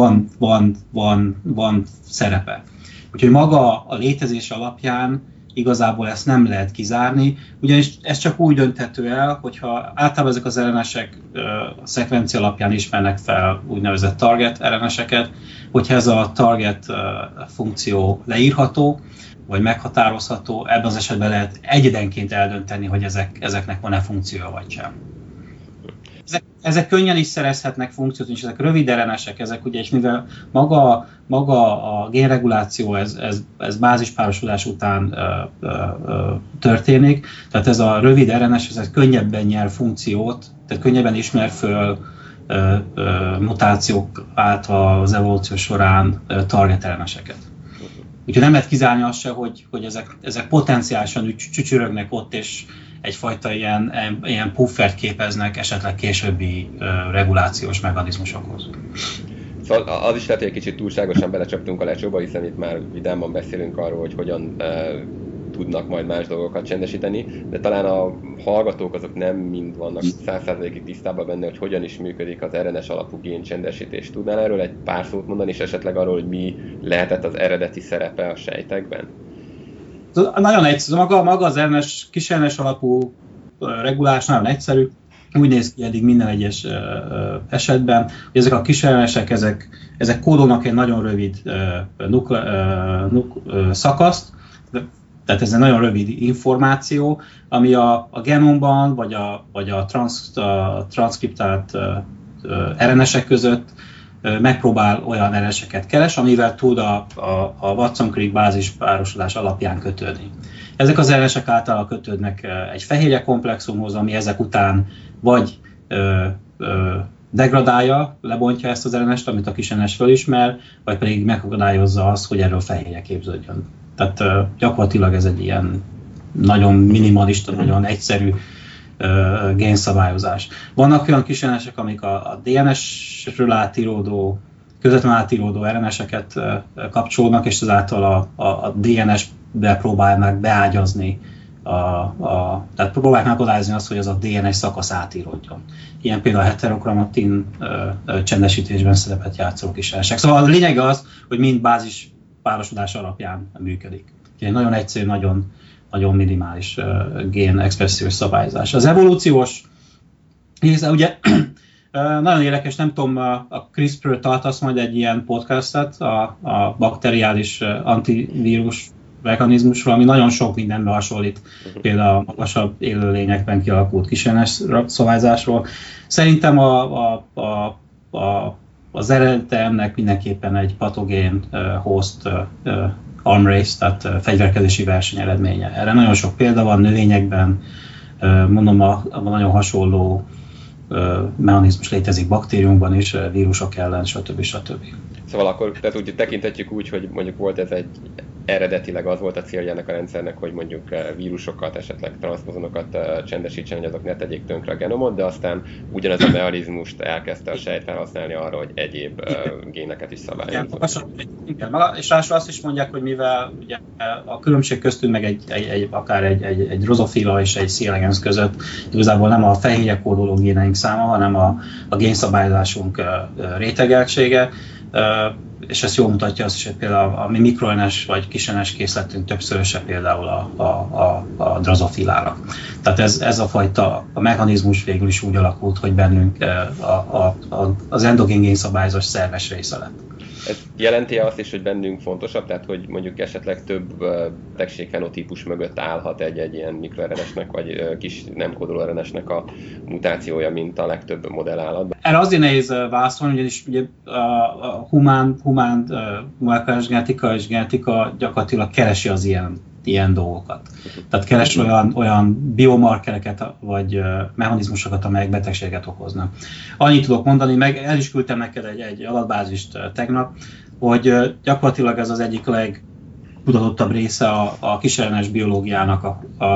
van szerepe. Úgyhogy maga a létezés alapján igazából ezt nem lehet kizárni, ugyanis ez csak úgy dönthető el, hogyha általában ezek az RNS-ek a szekvencia alapján ismernek fel úgynevezett target RNS-eket, hogyha ez a target funkció leírható, vagy meghatározható, ebben az esetben lehet egyedenként eldönteni, hogy ezeknek van-e funkciója vagy sem. Ezek könnyen is szerezhetnek funkciót, és ezek rövid RNS-ek, ezek ugye, és mivel maga a génreguláció ez bázispárosodás után történik, tehát ez a rövid RNS ez könnyebben nyer funkciót, tehát könnyebben ismer föl mutációk által az evolúció során target RNS-eket. Úgyhogy nem lehet kizárni azt se, hogy ezek potenciálisan csücsörögnek ott, és egyfajta ilyen puffert képeznek esetleg későbbi regulációs mechanizmusokhoz. Szóval az is lehet, hogy egy kicsit túlságosan belecsaptunk a lecsóba, hiszen itt már vidáman beszélünk arról, hogy hogyan tudnak majd más dolgokat csendesíteni, de talán a hallgatók azok nem mind vannak 100%-ig tisztában benne, hogy hogyan is működik az RNS alapú géncsendesítés. Tudnál erről egy pár szót mondani, és esetleg arról, hogy mi lehetett az eredeti szerepe a sejtekben? Nagyon egyszerű. Maga az kis RNS alapú regulálás nagyon egyszerű. Úgy néz ki eddig minden egyes esetben, hogy ezek a kis RNS-ek, ezek kódolnak egy nagyon rövid szakaszt, tehát ez egy nagyon rövid információ, ami a genomban vagy a transzkriptált RNS-ek között megpróbál olyan RNS-eket keres, amivel tud a Watson-Crick bázispárosodás alapján kötődni. Ezek az RNS-ek általában kötődnek egy fehérje komplexumhoz, ami ezek után vagy degradálja, lebontja ezt az RNS-t, amit a kis RNS felismer, vagy pedig megakadályozza azt, hogy erről fehérje képződjön. Tehát gyakorlatilag ez egy ilyen nagyon minimalista, nagyon egyszerű génszabályozás. Vannak olyan kis RNS-ek, amik a DNS-ről átíródó közvetlenül átíródó RNS-eket kapcsolnak, és ezáltal a DNS-be próbál meg beágyazni, tehát próbálják megakadályozni azt, hogy az a DNS szakasz átíródjon. Ilyen például a heterokromatin csendesítésben szerepet játszó kísérletek. Szóval a lényeg az, hogy mind bázis párosodás alapján működik. Egy nagyon egyszerű, nagyon minimális gén expressziós szabályzás. Az evolúciós része, ugye nagyon érdekes, nem tudom, a CRISPR tartasz majd egy ilyen podcastet a bakteriális antivírus mechanizmusról, ami nagyon sok mindenben hasonlít, például a magasabb élőlényekben kialakult kísérletes szabályzásról. Szerintem az eredete ennek mindenképpen egy patogén host arm race, tehát fegyverkezési verseny eredménye. Erre nagyon sok példa van növényekben, mondom, a nagyon hasonló mechanizmus létezik baktériumban is, vírusok ellen, stb. Szóval akkor tehát úgy tekinthetjük úgy, hogy mondjuk volt ez egy eredetileg az volt a célja ennek a rendszernek, hogy mondjuk vírusokat, esetleg transzpozonokat csendesítsen, hogy azok ne tegyék tönkre a genomot, de aztán ugyanez a mechanizmust elkezdte a sejt felhasználni arra, hogy egyéb géneket is szabályozzon. Igen, és ráadásul azt is mondják, hogy mivel ugye a különbség köztünk meg akár egy drozofila és egy C. elegans között igazából nem a fehérje kódoló géneink száma, hanem a génszabályozásunk rétegeltsége, és ezt jól mutatja az is, hogy például a mi mikro-RNS vagy kis-RNS készletünk többszöröse például a drozofilának. Tehát ez a fajta a mechanizmus végül is úgy alakult, hogy bennünk az endogén génszabályozás szerves része lett. Ez jelenti azt is, hogy bennünk fontosabb, tehát hogy mondjuk esetleg több betegségfenotípus mögött állhat egy ilyen mikro-RNS-nek vagy kis nem kódoló RNS-nek a mutációja, mint a legtöbb modellállatban? Erre azért nehéz válaszolni, ugyanis ugye a humán molekuláris genetika és genetika gyakorlatilag keresi az ilyen dolgokat. Tehát keres olyan biomarkereket vagy mechanizmusokat, amelyek betegséget okoznak. Annyit tudok mondani, meg el is küldtem neked egy adatbázist tegnap, hogy gyakorlatilag ez az egyik legkutatottabb része a kis-RNS biológiának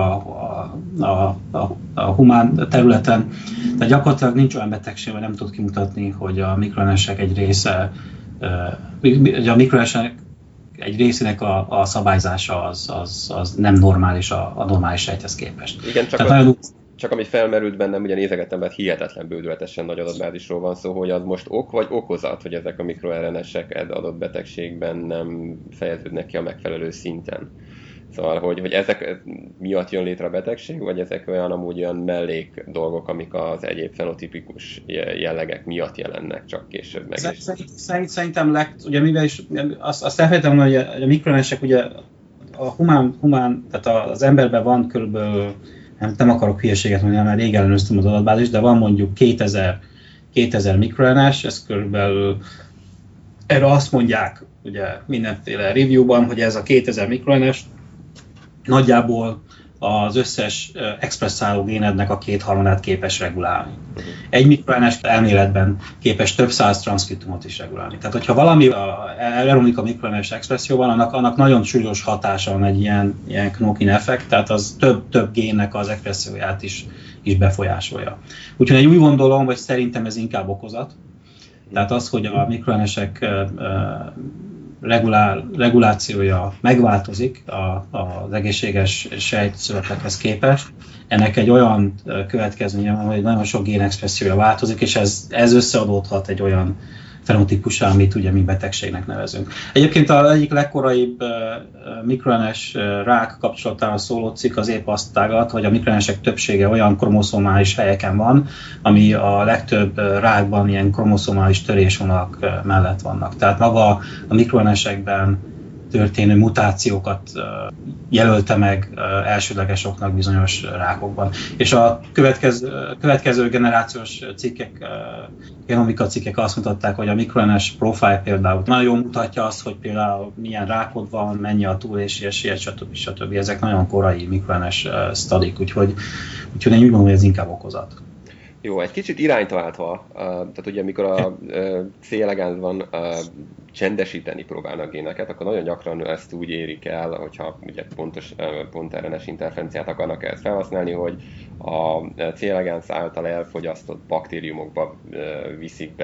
a humán területen. Tehát gyakorlatilag nincs olyan betegség, vagy nem tud kimutatni, hogy a mikro-RNS-ek egy része, a mikro-RNS-ek egy részének a szabályzása az nem normális a normális sejthez képest. Igen, csak ami felmerült bennem, ugye nézegettem, mert hihetetlen bődületesen nagy adatbázisról van szó, hogy az most ok vagy okozat, hogy ezek a mikro-RNS-ek adott betegségben nem fejeződnek ki a megfelelő szinten. Szóval, hogy ezek miatt jön létre a betegség, vagy ezek olyan mellék dolgok, amik az egyéb fenotipikus jellegek miatt jelennek csak később meg is? Szerintem ugye mivel is, azt elfelejtem, hogy a mikro-RNS-ek ugye a humán, tehát az emberben van körülbelül, nem akarok hülyeséget mondani, mert rég ellenőrztem az adatbázist, de van mondjuk 2000 mikro-RNS, ez körülbelül, erre azt mondják ugye mindenféle reviewban, hogy ez a 2000 mikro-RNS nagyjából az összes expresszáló génednek a 2/3-át képes regulálni. Egy mikro-RNS elméletben képes több száz transzkriptumot is regulálni. Tehát, hogyha valami elromlik a mikro-RNS expresszióban, annak nagyon súlyos hatása van egy ilyen knock-in effekt, tehát az több génnek az expresszióját is befolyásolja. Úgyhogy úgy gondolom, vagy szerintem ez inkább okozat. Tehát az, hogy a mikro-RNS-ek regulációja megváltozik az egészséges sejtszövetekhez képest. Ennek egy olyan következménye van, hogy nagyon sok génexpressziója változik, és ez összeadódhat egy olyan fenotípussal, amit ugye mi betegségnek nevezünk. Egyébként az egyik legkoraibb mikro-RNS rák kapcsolatára szóló cikk az épp azt tágalt, hogy a mikro-RNS-ek többsége olyan kromoszomális helyeken van, ami a legtöbb rákban ilyen kromoszomális törésvonalak mellett vannak. Tehát maga a mikro-RNS-ekben történő mutációkat jelölte meg elsődlegesoknak bizonyos rákokban. És a következő generációs cikkek, genomika cikkek azt mutatták, hogy a mikro-RNS profile például nagyon jól mutatja azt, hogy például milyen rákod van, mennyi a túlélési esélyed, stb. Ezek nagyon korai mikro-RNS sztadik, úgyhogy én úgy gondolom, hogy ez inkább okozat. Jó, egy kicsit irányt váltva, tehát ugye amikor a C. elegansban csendesíteni próbálnak géneket, akkor nagyon gyakran ezt úgy érik el, hogyha ugye pont RNS interferenciát akarnak ezt felhasználni, hogy a C. elegans által elfogyasztott baktériumokba viszik be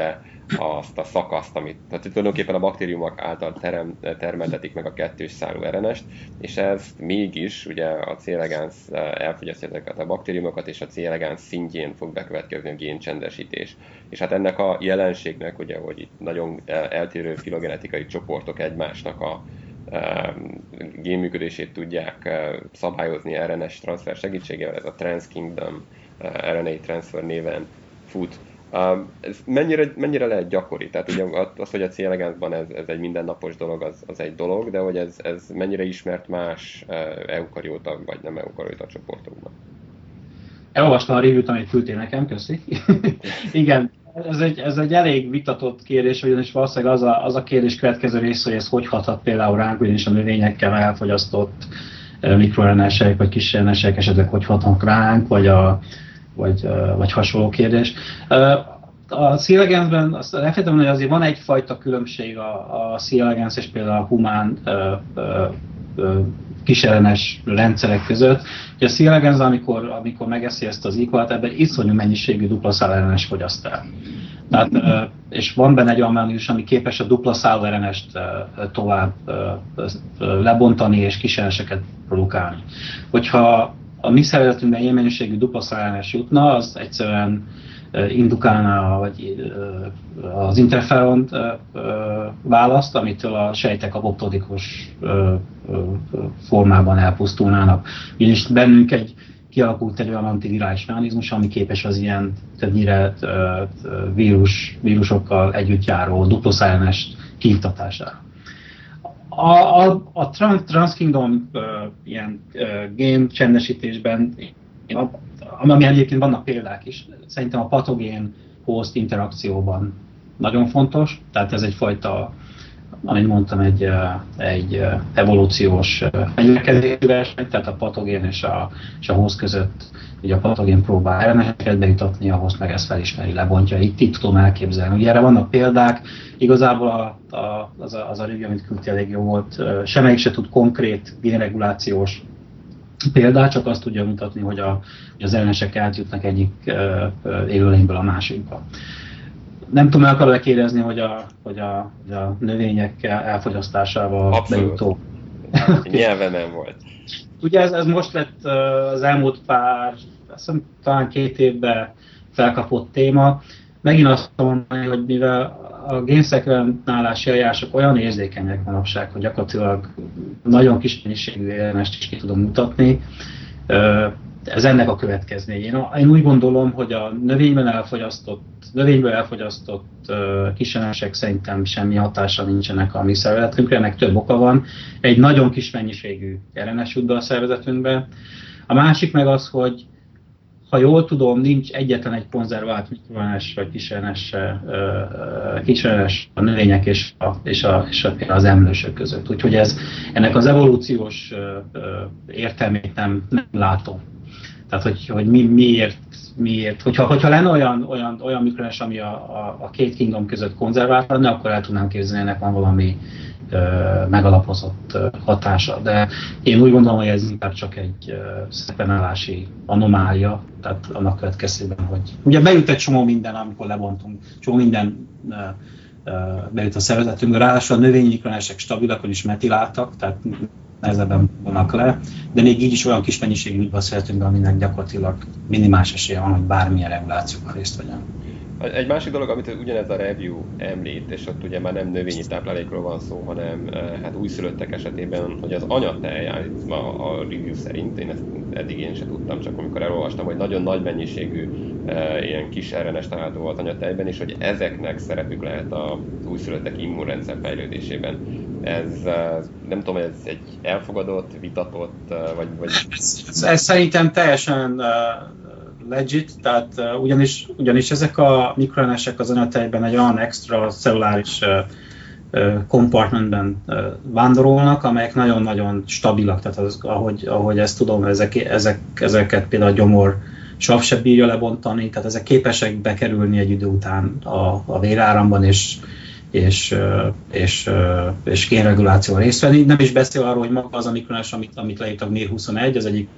azt a szakaszt, tehát tulajdonképpen a baktériumok által termeltetik meg a kettős szálú RNS-t, és ez mégis ugye a C. elegans elfogyasztja ezeket a baktériumokat, és a C. elegans szintjén fog bekövetkezni a géncsendesítés. És hát ennek a jelenségnek, ugye, hogy itt nagyon eltérő filogenetikai csoportok egymásnak a génműködését tudják szabályozni RNS transfer segítségével, ez a TransKingdom RNA transfer néven fut. Ez mennyire lehet gyakori? Tehát ugye az, hogy a C. elegansban ez egy mindennapos dolog, az egy dolog, de hogy ez mennyire ismert más eukarióta vagy nem eukarióta csoportokban? Elolvastam a review-t, amit küldtél nekem, köszi. Igen, ez egy elég vitatott kérdés, ugyanis valószínűleg az a kérdés következő rész, hogy ez hogy hathat például ránk, ugyanis a növényekkel elfogyasztott mikroRNS-ek vagy kis RNS-ek esetleg hogy hatnak ránk, vagy hasonló kérdés. A C. elegansben azt elfelejtem, hogy azért van egyfajta különbség a C. elegans és például a humán kis RNS rendszerek között. Ugye a C. elegans, amikor megeszi ezt az ikwát, ebben iszonyú mennyiségű dupla szál RNS fogyaszt el. Tehát, és van benne egy olyan mechanizmus, ami képes a dupla szálú RNS-t tovább lebontani és kis RNS-eket produkálni. Hogyha a mi szervezetünkben ilyen mennyiségű dupla szálú RNS jutna, az egyszerűen indukálná az interferon választ, amitől a sejtek apoptodikus formában elpusztulnának. Ugyanis bennünk kialakult egy olyan antivirális mechanizmus, ami képes az ilyen többnyire vírusokkal együtt járó dupla RNS kiiktatására. A TransKingdom ilyen géncsendesítésben, ami egyébként vannak példák is, szerintem a patogén-host interakcióban nagyon fontos, tehát ez egyfajta, amit mondtam, egy evolúciós fegyverkezési verseny, tehát a patogén és a host között, ugye a patogén próbál RNS-eket bejutatni, a host meg ezt felismeri, lebontja, itt tudom elképzelni. Ugye erre vannak példák, igazából az a review, amit küldtél, elég jó volt, semmelyik se tud konkrét génregulációs példát, csak azt tudja mutatni, hogy az RNS-ek átjutnak egyik élőlényből a másikba. Nem tudom, el akarod kérdezni, hogy a növények elfogyasztásával bejutó. Nyelven nem volt. Ugye ez most lett az elmúlt talán 2 évben felkapott téma. Megint azt mondani, hogy mivel a génszekvenálási eljárások olyan érzékenyek manapság, hogy gyakorlatilag nagyon kis mennyiségű RNS-t is ki tudom mutatni, ez ennek a következménye. Én úgy gondolom, hogy a növényből elfogyasztott kis RNS-ek szerintem semmi hatása nincsenek a mi szervezetünkre, ennek több oka van. Egy nagyon kis mennyiségű RNS jut be a szervezetünkbe. A másik meg az, hogy ha jól tudom, nincs egyetlen egy konzervált mikroRNS vagy kis RNS a növények és az emlősök között. Úgyhogy ennek az evolúciós értelmét nem látom. Tehát, hogy miért. Hogyha lenne olyan mikroRNS, ami a két kingdom között konzervált lenne, akkor el tudnám képzelni, ennek van valami megalapozott hatása. De én úgy gondolom, hogy ez inkább csak egy szekvenálási anomália, tehát annak következtében, hogy ugye bejut egy csomó minden, amikor lebontunk, csomó minden bejut a szervezetünkbe, ráadásul a növényi mikroRNS-ek stabilak, is metiláltak, tehát nehezebben vannak le, de még így is olyan kis mennyiségű jut be a szervezetünkbe, aminek gyakorlatilag minimális esélye van, hogy bármilyen regulációban részt vegyen. Egy másik dolog, amit ugyanez a review említ, és ott ugye már nem növényi táplálékról van szó, hanem hát újszülöttek esetében, hogy az anyatej a review szerint, eddig én sem tudtam, csak amikor elolvastam, hogy nagyon nagy mennyiségű ilyen kis RNS található volt anyatejben, és hogy ezeknek szerepük lehet az újszülöttek immunrendszer fejlődésében. Ez nem tudom, hogy ez egy elfogadott, vitatott, vagy... Ez szerintem teljesen legit, tehát ugyanis ezek a mikroRNS-ek az anyatejben egy olyan extra celluláris compartmentben vándorolnak, amelyek nagyon-nagyon stabilak, tehát ahogy ezt tudom, ezeket például a gyomor sav se bírja lebontani, tehát ezek képesek bekerülni egy idő után a véráramban, és génregulációval részt venni. Nem is beszél arról, hogy maga az a mikroRNS, amit leírtak, MIR21, az egyik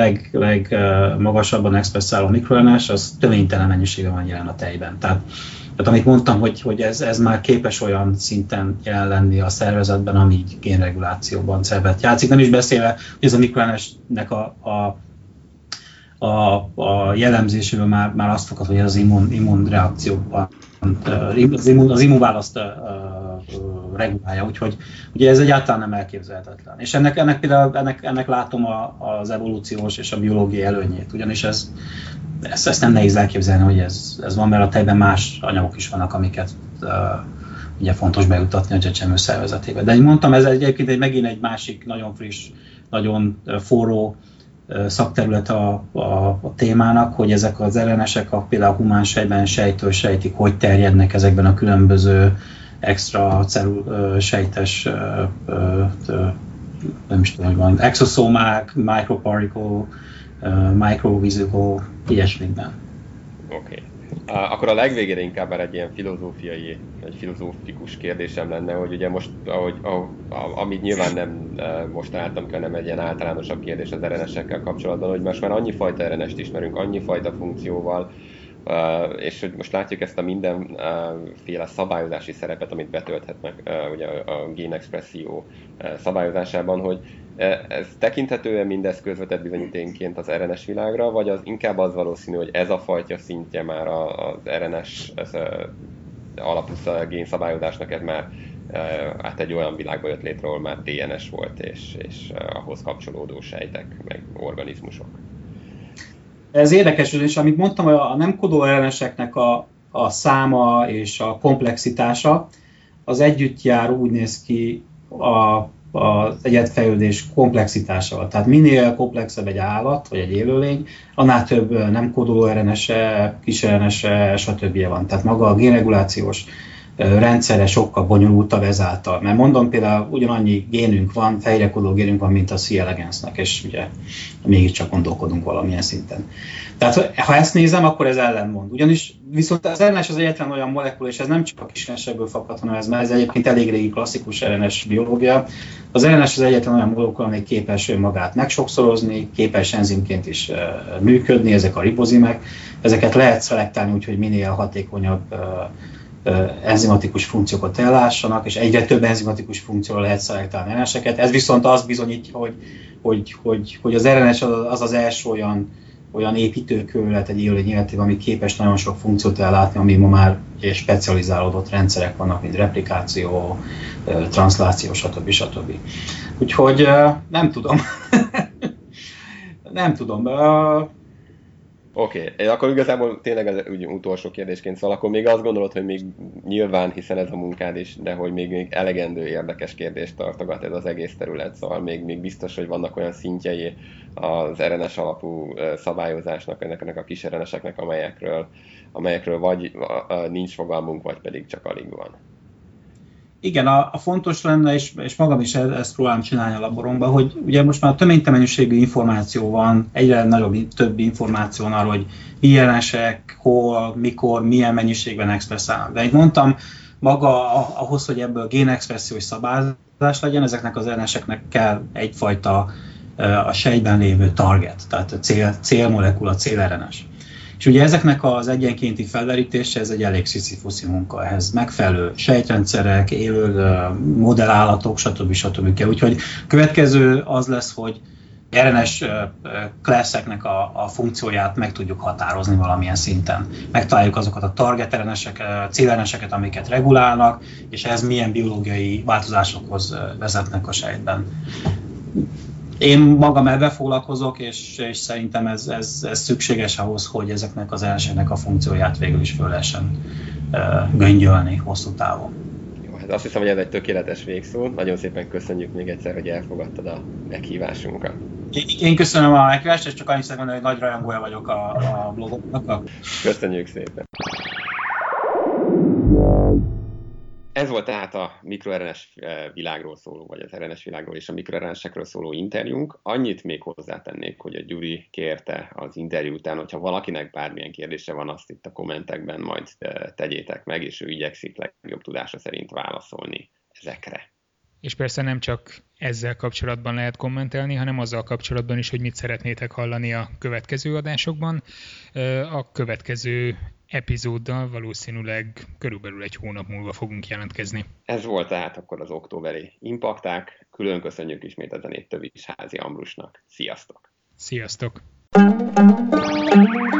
legmagasabban expresszáló mikroRNS, az töménytelen mennyisége van jelen a tejben. Tehát Tehát amit mondtam, hogy ez már képes olyan szinten jelen lenni a szervezetben, ami így génregulációban szerepet játszik. Nem is beszélve, hogy ez a mikroRNS-nek a jellemzéséről már azt fakad, hogy az immunreakcióban, az immunválaszt regulálja, úgyhogy ugye ez egyáltalán nem elképzelhetetlen. És ennek látom az evolúciós és a biológiai előnyét, ugyanis ezt nem nehéz elképzelni, hogy ez van, mert a tejben más anyagok is vannak, amiket ugye fontos bejutatni a csecsemő szervezetébe. De így mondtam, ez egyébként megint egy másik nagyon friss, nagyon forró szakterület a témának, hogy ezek az RNS-ek például a humán sejtben sejtől sejtig, hogy terjednek ezekben a különböző extra sejtes, nem is tudom, hogy van, exoszómák, microparticle, microvisible, ilyesmikben. Oké. Akkor a legvégére inkább már egy ilyen filozófikus kérdésem lenne, hogy ugye most, amit nyilván nem most találtam ki, hanem egy ilyen általánosabb kérdés az RNS-ekkel kapcsolatban, hogy most már annyi fajta RNS-t ismerünk, annyi fajta funkcióval, és hogy most látjuk ezt a mindenféle szabályozási szerepet, amit betölthetnek ugye a génexpresszió szabályozásában, hogy ez tekinthető-e mindez közvetett bizonyítékként az RNS világra, vagy az inkább az valószínű, hogy ez a fajta szintje már az RNS alapú génszabályozásnak, ez már hát egy olyan világba jött létre, ahol már DNS volt, és ahhoz kapcsolódó sejtek, meg organizmusok. Ez érdekes, és amit mondtam, a nem kódoló RNS-eknek a száma és a komplexitása, az együtt jár, úgy néz ki az egyedfejlődés komplexitásával. Tehát minél komplexebb egy állat, vagy egy élőlény, annál több nem kódoló RNS-e, kis RNS-e, stb. Van. Tehát maga a génregulációs rendszere sokkal bonyolultabb ezáltal. Mert mondom, például ugyanannyi génünk van, fejre kódoló génünk van, mint a C. elegans-nek, és ugye mégiscsak gondolkodunk valamilyen szinten. Tehát ha ezt nézem, akkor ez ellentmond. Ugyanis viszont az RNS az egyetlen olyan molekula, és ez nem csak a kis RNS-ekből fakad, hanem ez egyébként elég régi klasszikus RNS biológia. Az RNS az egyetlen olyan molekula, amely képes önmagát megsokszorozni, képes enzimként is működni, ezek a ribozimek. Ezeket lehet szelektálni úgy, hogy minél hatékonyabb enzimatikus funkciókat ellássanak, és egyre több enzimatikus funkcióra lehet szelektálni RNS-eket. Ez viszont azt bizonyítja, hogy az RNS az első olyan építőkőlet egy élőlény életében, ami képes nagyon sok funkciót ellátni, ami ma már specializálódott rendszerek vannak, mint replikáció, transzláció, stb. Úgyhogy nem tudom. Nem tudom. Oké, akkor igazából tényleg ez úgy utolsó kérdésként szól, akkor még azt gondolod, hogy még nyilván, hiszen ez a munkád is, de hogy még elegendő érdekes kérdést tartogat ez az egész terület, szóval még biztos, hogy vannak olyan szintjei az RNS alapú szabályozásnak, ennek a kis RNS-eknek, amelyekről vagy nincs fogalmunk, vagy pedig csak alig van. Igen, a fontos lenne, és magam is ezt próbálom csinálni a laboromban, hogy ugye most már töménytelen mennyiségű információ van, egyre több információ van arról, hogy milyen RNS-ek, hol, mikor, milyen mennyiségben expresszálnak. De itt mondtam, maga ahhoz, hogy ebből génexpressziós szabályozás legyen, ezeknek az RNS-eknek kell egyfajta a sejtben lévő target, tehát célmolekula, cél-RNS. És ugye ezeknek az egyenkénti felderítése, ez egy elég sziszifuszi munka, ehhez megfelelő sejtrendszerek, élő modellállatok, stb. Kell. Úgyhogy következő az lesz, hogy RNS class-eknek a funkcióját meg tudjuk határozni valamilyen szinten. Megtaláljuk azokat a target RNS-eket, cél-RNS-eket, amiket regulálnak, és ez milyen biológiai változásokhoz vezetnek a sejtben. Én magam ebben foglalkozok, és szerintem ez szükséges ahhoz, hogy ezeknek az RNS-eknek a funkcióját végül is föl lehessen göngyölni hosszú távon. Jó, hát azt hiszem, hogy ez egy tökéletes végszó. Nagyon szépen köszönjük még egyszer, hogy elfogadtad a meghívásunkat. Én köszönöm a meghívást, és csak annyit szeretném mondani, hogy nagy rajongója vagyok a blogoknak. Köszönjük szépen! Ez volt tehát a mikroRNS világról szóló, vagy az RNS világról és a mikroRNS-ekről szóló interjúnk. Annyit még hozzátennék, hogy a Gyuri kérte az interjú után, hogyha valakinek bármilyen kérdése van, azt itt a kommentekben majd tegyétek meg, és ő igyekszik legjobb tudása szerint válaszolni ezekre. És persze nem csak ezzel kapcsolatban lehet kommentelni, hanem azzal kapcsolatban is, hogy mit szeretnétek hallani a következő adásokban. A következő epizóddal valószínűleg körülbelül egy hónap múlva fogunk jelentkezni. Ez volt tehát akkor az októberi impakták. Külön köszönjük ismét a zenét Tövis Házi Ambrusnak. Sziasztok! Sziasztok!